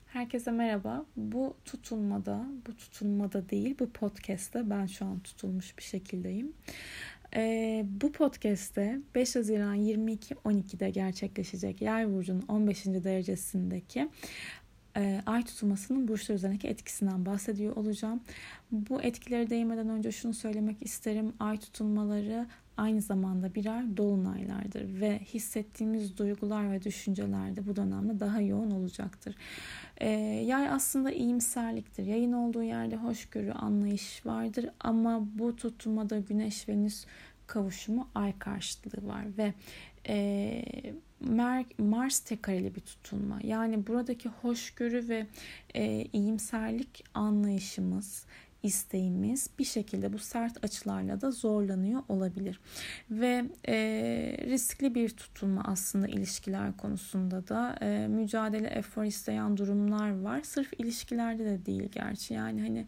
Herkese merhaba. Bu tutulmada değil, bu podcast'te ben şu an tutulmuş bir şekildeyim. Bu podcast'te 5 Haziran 22.12'de gerçekleşecek Yay burcunun 15. derecesindeki ay tutulmasının burçlar üzerindeki etkisinden bahsediyor olacağım. Bu etkilere değinmeden önce şunu söylemek isterim. Ay tutulmaları aynı zamanda birer dolunaylardır ve hissettiğimiz duygular ve düşünceler de bu dönemde daha yoğun olacaktır. Yay aslında iyimserliktir. Yayın olduğu yerde hoşgörü, anlayış vardır ama bu tutulmada Güneş-Venüs kavuşumu ay karşıtlığı var ve Mars tek kareli bir tutulma. Yani buradaki hoşgörü ve iyimserlik anlayışımız, isteğimiz bir şekilde bu sert açılarla da zorlanıyor olabilir. Ve riskli bir tutulma aslında ilişkiler konusunda da mücadele, efor isteyen durumlar var. Sırf ilişkilerde de değil gerçi. Yani hani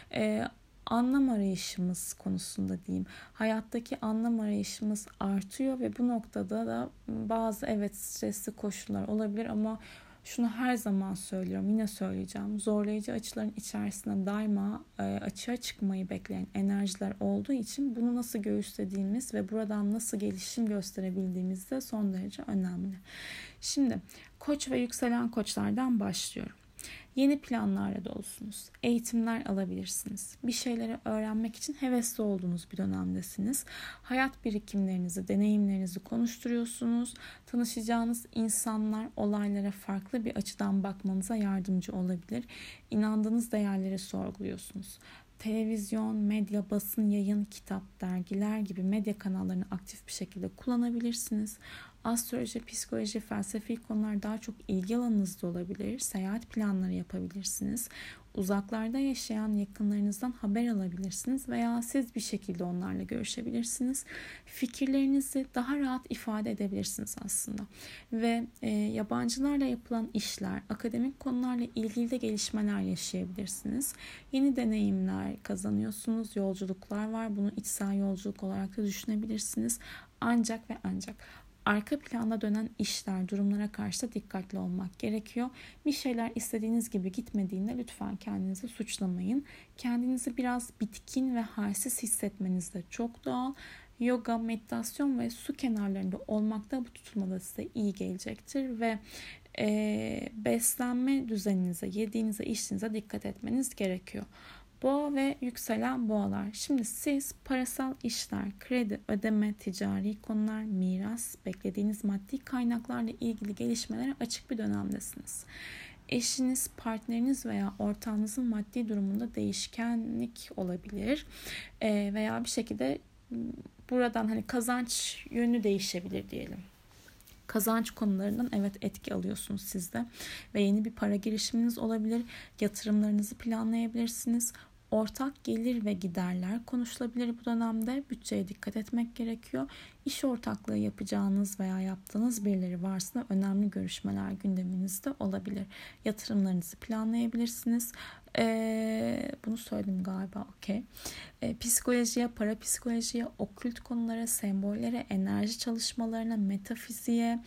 anlam arayışımız konusunda diyeyim. Hayattaki anlam arayışımız artıyor ve bu noktada da bazı stresli koşullar olabilir ama şunu her zaman söylüyorum, yine söyleyeceğim. Zorlayıcı açıların içerisinde daima açığa çıkmayı bekleyen enerjiler olduğu için bunu nasıl göğüslediğimiz ve buradan nasıl gelişim gösterebildiğimiz de son derece önemli. Şimdi Koç ve yükselen koçlardan başlıyorum. Yeni planlarla dolusunuz. Eğitimler alabilirsiniz. Bir şeyleri öğrenmek için hevesli olduğunuz bir dönemdesiniz. Hayat birikimlerinizi, deneyimlerinizi konuşturuyorsunuz. Tanışacağınız insanlar olaylara farklı bir açıdan bakmanıza yardımcı olabilir. İnandığınız değerleri sorguluyorsunuz. Televizyon, medya, basın, yayın, kitap, dergiler gibi medya kanallarını aktif bir şekilde kullanabilirsiniz. Astroloji, psikoloji, felsefi konular daha çok ilgi alanınızda olabilir. Seyahat planları yapabilirsiniz. Uzaklarda yaşayan yakınlarınızdan haber alabilirsiniz veya siz bir şekilde onlarla görüşebilirsiniz. Fikirlerinizi daha rahat ifade edebilirsiniz aslında. Ve yabancılarla yapılan işler, akademik konularla ilgili de gelişmeler yaşayabilirsiniz. Yeni deneyimler kazanıyorsunuz, yolculuklar var. Bunu içsel yolculuk olarak da düşünebilirsiniz. Ancak arka planda dönen işler, durumlara karşı da dikkatli olmak gerekiyor. Bir şeyler istediğiniz gibi gitmediğinde lütfen kendinizi suçlamayın. Kendinizi biraz bitkin ve halsiz hissetmeniz de çok doğal. Yoga, meditasyon ve su kenarlarında olmak da bu tutulmada size iyi gelecektir ve beslenme düzeninize, yediğinize, içtiğinize dikkat etmeniz gerekiyor. Boğa ve yükselen boğalar. Şimdi siz parasal işler, kredi, ödeme, ticari konular, miras, beklediğiniz maddi kaynaklarla ilgili gelişmelere açık bir dönemdesiniz. Eşiniz, partneriniz veya ortağınızın maddi durumunda değişkenlik olabilir. Veya bir şekilde buradan hani kazanç yönü değişebilir diyelim. Kazanç konularından etki alıyorsunuz siz de ve yeni bir para girişiminiz olabilir. Yatırımlarınızı planlayabilirsiniz. Ortak gelir ve giderler konuşulabilir bu dönemde. Bütçeye dikkat etmek gerekiyor. İş ortaklığı yapacağınız veya yaptığınız birileri varsa önemli görüşmeler gündeminizde olabilir. Yatırımlarınızı planlayabilirsiniz. Bunu söyledim galiba. Okey. Psikolojiye, parapsikolojiye, okült konulara, sembollere, enerji çalışmalarına, metafiziğe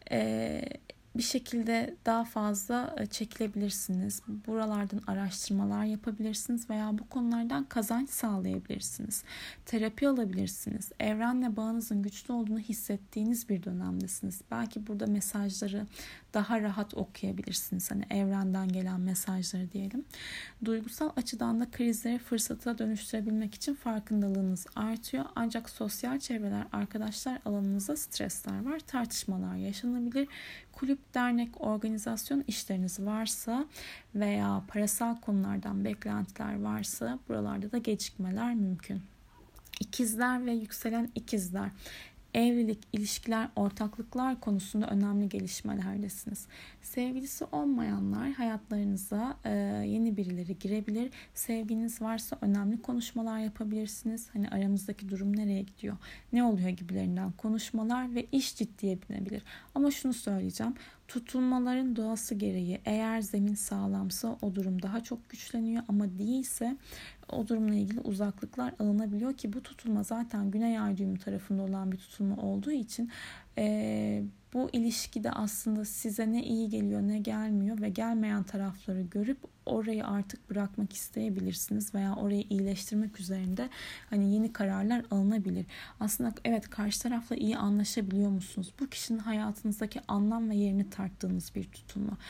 bir şekilde daha fazla çekilebilirsiniz. Buralardan araştırmalar yapabilirsiniz veya bu konulardan kazanç sağlayabilirsiniz. Terapi alabilirsiniz. Evrenle bağınızın güçlü olduğunu hissettiğiniz bir dönemdesiniz. Belki burada mesajları daha rahat okuyabilirsiniz. Hani evrenden gelen mesajları diyelim. Duygusal açıdan da krizleri fırsata dönüştürebilmek için farkındalığınız artıyor. Ancak sosyal çevreler, arkadaşlar alanınızda stresler var. Tartışmalar yaşanabilir. Kulüp, dernek, organizasyon işleriniz varsa veya parasal konulardan beklentiler varsa buralarda da gecikmeler mümkün. İkizler ve yükselen ikizler. Evlilik, ilişkiler, ortaklıklar konusunda önemli gelişmelerdesiniz. Sevgilisi olmayanlar hayatlarınıza yeni birileri girebilir. Sevginiz varsa önemli konuşmalar yapabilirsiniz. Hani aramızdaki durum nereye gidiyor, ne oluyor gibilerinden konuşmalar ve iş ciddiye binebilir. Ama şunu söyleyeceğim. Tutulmaların doğası gereği eğer zemin sağlamsa o durum daha çok güçleniyor ama değilse o durumla ilgili uzaklıklar alınabiliyor ki bu tutulma zaten Güney Ay düğümü tarafında olan bir tutulma olduğu için Bu ilişkide aslında size ne iyi geliyor ne gelmiyor ve gelmeyen tarafları görüp orayı artık bırakmak isteyebilirsiniz veya orayı iyileştirmek üzerinde hani yeni kararlar alınabilir. Aslında evet, karşı tarafla iyi anlaşabiliyor musunuz? Bu kişinin hayatınızdaki anlam ve yerini tarttığınız bir tutum mu?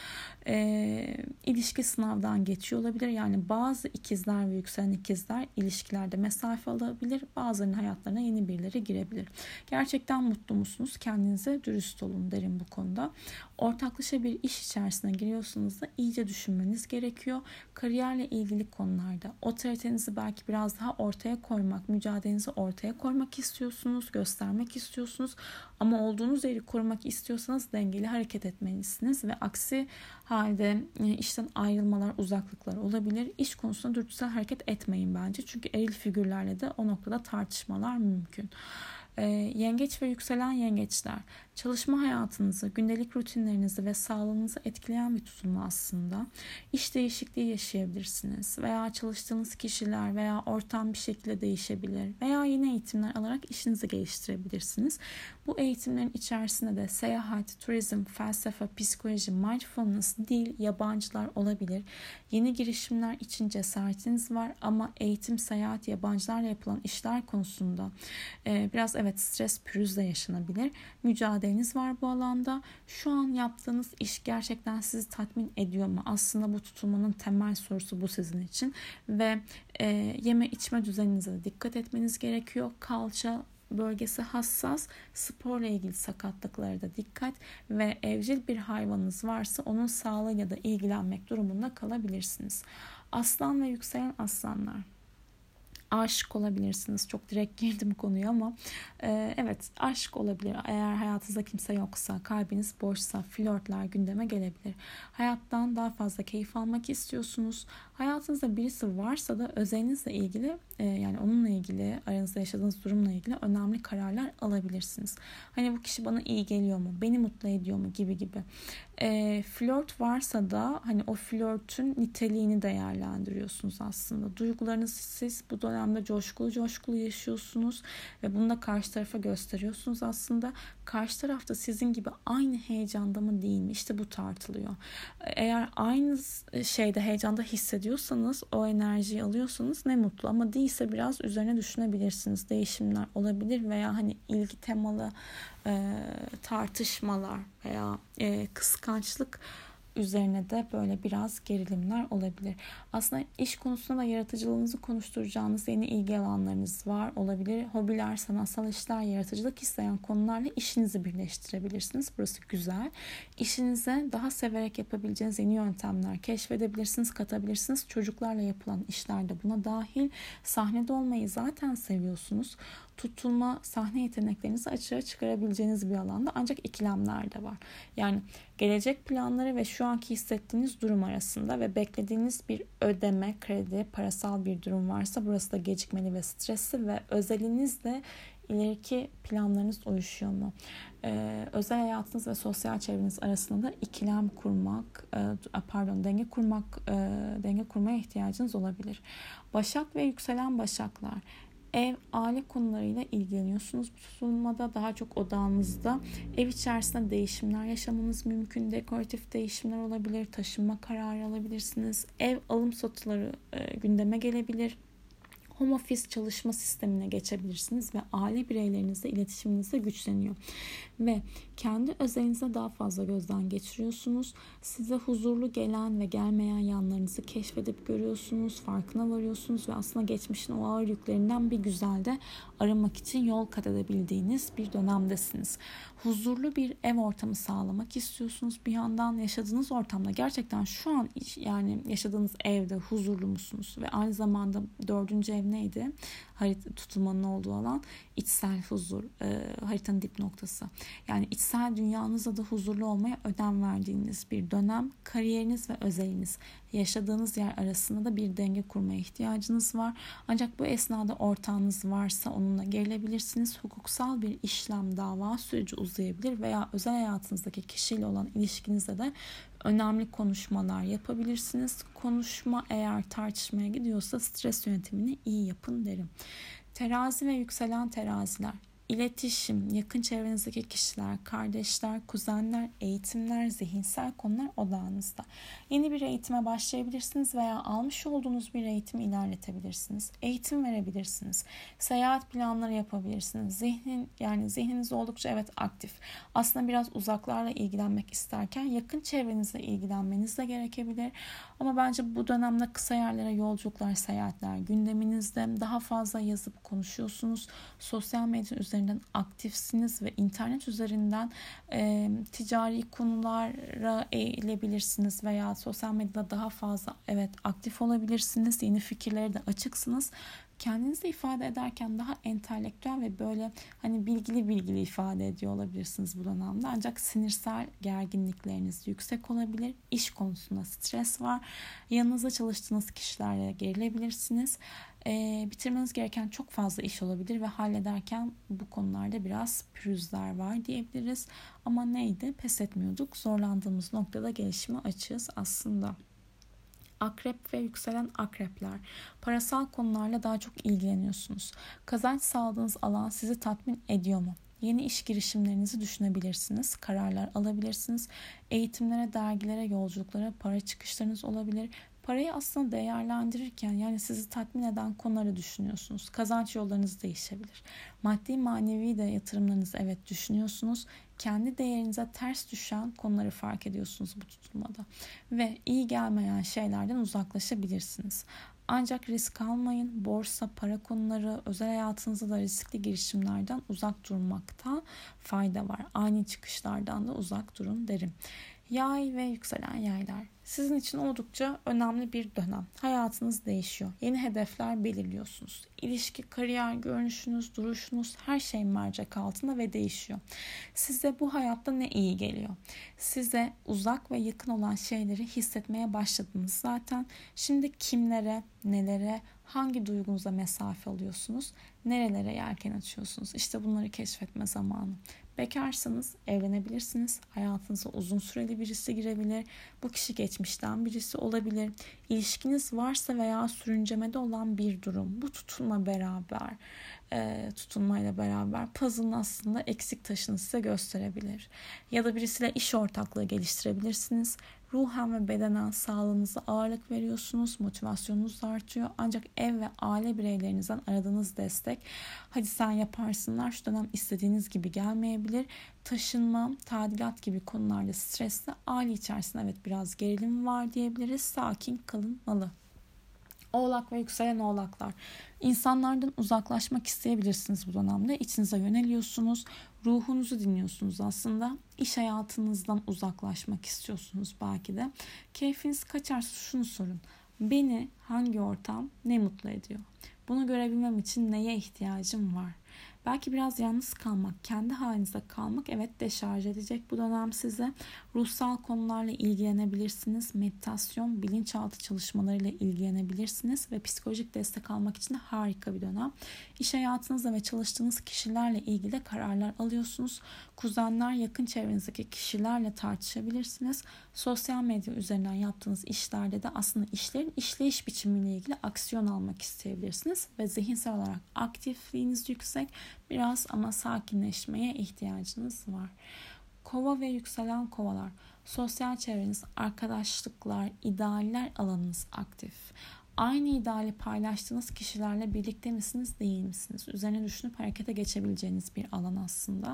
İlişki sınavdan geçiyor olabilir. Yani bazı ikizler ve yükselen ikizler ilişkilerde mesafe alabilir. Bazılarının hayatlarına yeni birileri girebilir. Gerçekten mutlu musunuz? Kendinize dürüst olun derim bu konuda. Ortaklaşa bir iş içerisine giriyorsanız da iyice düşünmeniz gerekiyor. Kariyerle ilgili konularda otoritenizi belki biraz daha ortaya koymak, mücadelenizi ortaya koymak istiyorsunuz, göstermek istiyorsunuz. Ama olduğunuz yeri korumak istiyorsanız dengeli hareket etmelisiniz ve aksi halde işten ayrılmalar, uzaklıklar olabilir. İş konusunda dürtüsel hareket etmeyin bence. Çünkü eril figürlerle de o noktada tartışmalar mümkün. Yengeç ve yükselen yengeçler, çalışma hayatınızı, gündelik rutinlerinizi ve sağlığınızı etkileyen bir tutum aslında. İş değişikliği yaşayabilirsiniz veya çalıştığınız kişiler veya ortam bir şekilde değişebilir veya yeni eğitimler alarak işinizi geliştirebilirsiniz. Bu eğitimlerin içerisinde de seyahat, turizm, felsefe, psikoloji, mindfulness, dil, yabancılar olabilir. Yeni girişimler için cesaretiniz var ama eğitim, seyahat, yabancılarla yapılan işler konusunda biraz evet stres, pürüzle yaşanabilir. Mücadeleniz var bu alanda. Şu an yaptığınız iş gerçekten sizi tatmin ediyor mu? Aslında bu tutulmanın temel sorusu bu sizin için. Ve yeme içme düzeninize de dikkat etmeniz gerekiyor. Kalça bölgesi hassas, sporla ilgili sakatlıklara da dikkat ve evcil bir hayvanınız varsa onun sağlığıyla da ilgilenmek durumunda kalabilirsiniz. Aslan ve yükselen aslanlar. Aşık olabilirsiniz. Çok direkt girdim konuya ama evet, aşk olabilir. Eğer hayatınızda kimse yoksa, kalbiniz boşsa flörtler gündeme gelebilir. Hayattan daha fazla keyif almak istiyorsunuz. Hayatınızda birisi varsa da özelinizle ilgili yani onunla ilgili, aranızda yaşadığınız durumla ilgili önemli kararlar alabilirsiniz. Hani bu kişi bana iyi geliyor mu? Beni mutlu ediyor mu? Gibi. Flört varsa da hani o flörtün niteliğini değerlendiriyorsunuz aslında. Duygularınızı siz bu dönemde coşkulu yaşıyorsunuz ve bunu da karşı tarafa gösteriyorsunuz aslında. Karşı tarafta sizin gibi aynı heyecanda mı değil mi? İşte bu tartılıyor. Eğer aynı şeyde, heyecanda hissediyorsanız, o enerjiyi alıyorsanız ne mutlu, ama değilse biraz üzerine düşünebilirsiniz. Değişimler olabilir veya hani ilgi temalı tartışmalar veya kıskançlık üzerine de böyle biraz gerilimler olabilir. Aslında iş konusunda da yaratıcılığınızı konuşturacağınız yeni ilgi alanlarınız var olabilir. Hobiler, sanatsal işler, yaratıcılık isteyen konularla işinizi birleştirebilirsiniz. Burası güzel. İşinize daha severek yapabileceğiniz yeni yöntemler keşfedebilirsiniz, katabilirsiniz. Çocuklarla yapılan işler de buna dahil. Sahnede olmayı zaten seviyorsunuz. Tutulma, sahne yeteneklerinizi açığa çıkarabileceğiniz bir alanda, ancak ikilemler de var. Yani gelecek planları ve şu anki hissettiğiniz durum arasında ve beklediğiniz bir ödeme, kredi, parasal bir durum varsa burası da gecikmeli ve stresli ve özelinizle ileriki planlarınız uyuşuyor mu? Özel hayatınız ve sosyal çevreniz arasında da ikilem kurmak, denge kurmaya ihtiyacınız olabilir. Başak ve yükselen başaklar. Ev, aile konularıyla ilgileniyorsunuz. Bu tutulmada daha çok odağınızda. Ev içerisinde değişimler yaşamanız mümkün. Dekoratif değişimler olabilir. Taşınma kararı alabilirsiniz. Ev alım satıları gündeme gelebilir. Home office çalışma sistemine geçebilirsiniz ve aile bireylerinizle iletişiminiz de güçleniyor. Ve kendi özelinize daha fazla gözden geçiriyorsunuz. Size huzurlu gelen ve gelmeyen yanlarınızı keşfedip görüyorsunuz, farkına varıyorsunuz ve aslında geçmişin o ağır yüklerinden bir güzel de arınmak için yol kat edebildiğiniz bir dönemdesiniz. Huzurlu bir ev ortamı sağlamak istiyorsunuz. Bir yandan yaşadığınız ortamda gerçekten şu an yani yaşadığınız evde huzurlu musunuz? Ve aynı zamanda 4. ev neydi? Tutulmanın olduğu alan içsel huzur, haritanın dip noktası. Yani içsel dünyanızda da huzurlu olmaya önem verdiğiniz bir dönem. Kariyeriniz ve özeliniz, yaşadığınız yer arasında da bir denge kurmaya ihtiyacınız var. Ancak bu esnada ortağınız varsa onunla gerilebilirsiniz. Hukuksal bir işlem, dava süreci uzayabilir veya özel hayatınızdaki kişiyle olan ilişkinizde de önemli konuşmalar yapabilirsiniz. Konuşma eğer tartışmaya gidiyorsa stres yönetimini iyi yapın derim. Terazi ve yükselen teraziler. İletişim, yakın çevrenizdeki kişiler, kardeşler, kuzenler, eğitimler, zihinsel konular odağınızda. Yeni bir eğitime başlayabilirsiniz veya almış olduğunuz bir eğitimi ilerletebilirsiniz. Eğitim verebilirsiniz. Seyahat planları yapabilirsiniz. Zihniniz oldukça aktif. Aslında biraz uzaklarla ilgilenmek isterken yakın çevrenizle ilgilenmeniz de gerekebilir. Ama bence bu dönemde kısa yerlere yolculuklar, seyahatler gündeminizde, daha fazla yazıp konuşuyorsunuz. Sosyal medya üzerinden aktifsiniz ve internet üzerinden ticari konulara eğilebilirsiniz veya sosyal medyada daha fazla aktif olabilirsiniz. Yeni fikirlere de açıksınız. Kendinizi ifade ederken daha entelektüel ve böyle bilgili ifade ediyor olabilirsiniz bu dönemde. Ancak sinirsel gerginlikleriniz yüksek olabilir. İş konusunda stres var. Yanınızda çalıştığınız kişilerle gerilebilirsiniz. Bitirmeniz gereken çok fazla iş olabilir ve hallederken bu konularda biraz pürüzler var diyebiliriz. Ama neydi? Pes etmiyorduk. Zorlandığımız noktada gelişime açığız aslında. Akrep ve yükselen akrepler. Parasal konularla daha çok ilgileniyorsunuz. Kazanç sağladığınız alan sizi tatmin ediyor mu? Yeni iş girişimlerinizi düşünebilirsiniz. Kararlar alabilirsiniz. Eğitimlere, dergilere, yolculuklara, para çıkışlarınız olabilir. Parayı aslında değerlendirirken sizi tatmin eden konuları düşünüyorsunuz. Kazanç yollarınız değişebilir. Maddi manevi de yatırımlarınızı düşünüyorsunuz. Kendi değerinize ters düşen konuları fark ediyorsunuz bu tutulmada. Ve iyi gelmeyen şeylerden uzaklaşabilirsiniz. Ancak risk almayın. Borsa, para konuları, özel hayatınızda da riskli girişimlerden uzak durmakta fayda var. Ani çıkışlardan da uzak durun derim. Yay ve yükselen yaylar. Sizin için oldukça önemli bir dönem. Hayatınız değişiyor. Yeni hedefler belirliyorsunuz. İlişki, kariyer, görünüşünüz, duruşunuz her şey mercek altında ve değişiyor. Size bu hayatta ne iyi geliyor? Size uzak ve yakın olan şeyleri hissetmeye başladınız zaten. Şimdi kimlere, nelere, hangi duygunuza mesafe alıyorsunuz? Nerelere yelken açıyorsunuz? İşte bunları keşfetme zamanı. Bekarsanız evlenebilirsiniz. Hayatınıza uzun süreli birisi girebilir. Bu kişi geçmişten birisi olabilir. İlişkiniz varsa veya sürüncemede olan bir durum. Bu tutulmayla beraber puzzle'ın aslında eksik taşını size gösterebilir. Ya da birisiyle iş ortaklığı geliştirebilirsiniz. Ruhen ve bedenen sağlığınıza ağırlık veriyorsunuz. Motivasyonunuz artıyor. Ancak ev ve aile bireylerinizden aradığınız destek, hadi sen yaparsınlar, şu dönem istediğiniz gibi gelmeyebilir. Taşınma, tadilat gibi konularda stresli, aile içerisinde biraz gerilim var diyebiliriz. Sakin kalınmalı. Oğlak ve yükselen oğlaklar. İnsanlardan uzaklaşmak isteyebilirsiniz bu dönemde. İçinize yöneliyorsunuz. Ruhunuzu dinliyorsunuz aslında. İş hayatınızdan uzaklaşmak istiyorsunuz belki de. Keyfiniz kaçarsa şunu sorun. Beni hangi ortam ne mutlu ediyor? Bunu görebilmem için neye ihtiyacım var? Belki biraz yalnız kalmak, kendi halinizde kalmak deşarj edecek bu dönem size. Ruhsal konularla ilgilenebilirsiniz. Meditasyon, bilinçaltı çalışmalarıyla ilgilenebilirsiniz ve psikolojik destek almak için de harika bir dönem. İş hayatınızda ve çalıştığınız kişilerle ilgili kararlar alıyorsunuz. Kuzenler, yakın çevrenizdeki kişilerle tartışabilirsiniz. Sosyal medya üzerinden yaptığınız işlerde de aslında işlerin işleyiş biçimiyle ilgili aksiyon almak isteyebilirsiniz ve zihinsel olarak aktifliğiniz yüksek. Biraz ama sakinleşmeye ihtiyacınız var. Kova ve yükselen kovalar. Sosyal çevreniz, arkadaşlıklar, idealler alanınız aktif. Aynı ideali paylaştığınız kişilerle birlikte misiniz, değil misiniz? Üzerine düşünüp harekete geçebileceğiniz bir alan aslında.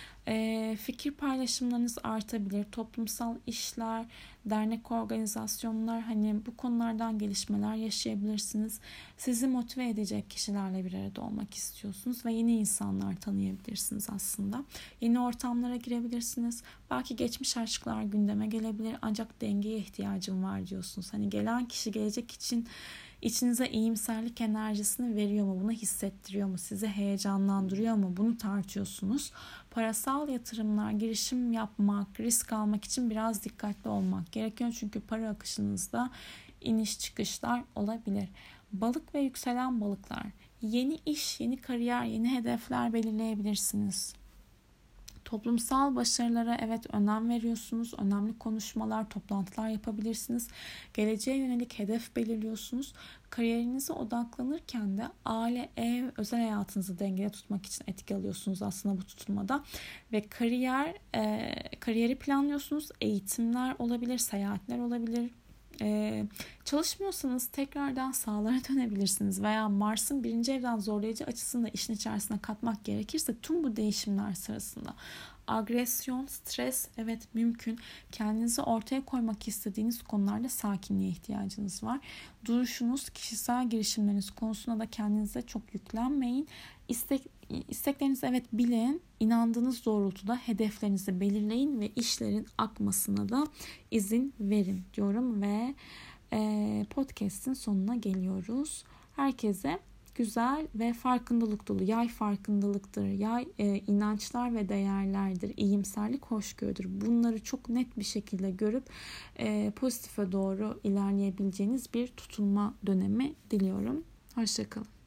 Fikir paylaşımlarınız artabilir. Toplumsal işler, dernek organizasyonlar, bu konulardan gelişmeler yaşayabilirsiniz. Sizi motive edecek kişilerle bir arada olmak istiyorsunuz ve yeni insanlar tanıyabilirsiniz aslında. Yeni ortamlara girebilirsiniz. Belki geçmiş aşklar gündeme gelebilir ancak dengeye ihtiyacım var diyorsunuz. Gelen kişi gelecek için İçinize iyimserlik enerjisini veriyor mu? Bunu hissettiriyor mu? Sizi heyecanlandırıyor mu? Bunu tartıyorsunuz. Parasal yatırımlar, girişim yapmak, risk almak için biraz dikkatli olmak gerekiyor. Çünkü para akışınızda iniş çıkışlar olabilir. Balık ve yükselen balıklar. Yeni iş, yeni kariyer, yeni hedefler belirleyebilirsiniz. Toplumsal başarılara evet önem veriyorsunuz. Önemli konuşmalar, toplantılar yapabilirsiniz. Geleceğe yönelik hedef belirliyorsunuz. Kariyerinize odaklanırken de aile, ev, özel hayatınızı dengede tutmak için etki alıyorsunuz aslında bu tutulmada. Ve kariyeri planlıyorsunuz. Eğitimler olabilir, seyahatler olabilir. Çalışmıyorsanız tekrardan sahalara dönebilirsiniz veya Mars'ın 1. evden zorlayıcı açısını da işin içerisine katmak gerekirse tüm bu değişimler sırasında agresyon, stres evet mümkün. Kendinizi ortaya koymak istediğiniz konularda sakinliğe ihtiyacınız var. Duruşunuz, kişisel girişimleriniz konusunda da kendinize çok yüklenmeyin. İsteklerinizi evet bilin, inandığınız doğrultuda hedeflerinizi belirleyin ve işlerin akmasına da izin verin diyorum ve podcast'in sonuna geliyoruz. Herkese güzel ve farkındalık dolu, yay farkındalıktır, yay inançlar ve değerlerdir, iyimserlik, hoşgörüdür. Bunları çok net bir şekilde görüp pozitife doğru ilerleyebileceğiniz bir tutulma dönemi diliyorum. Hoşça kalın.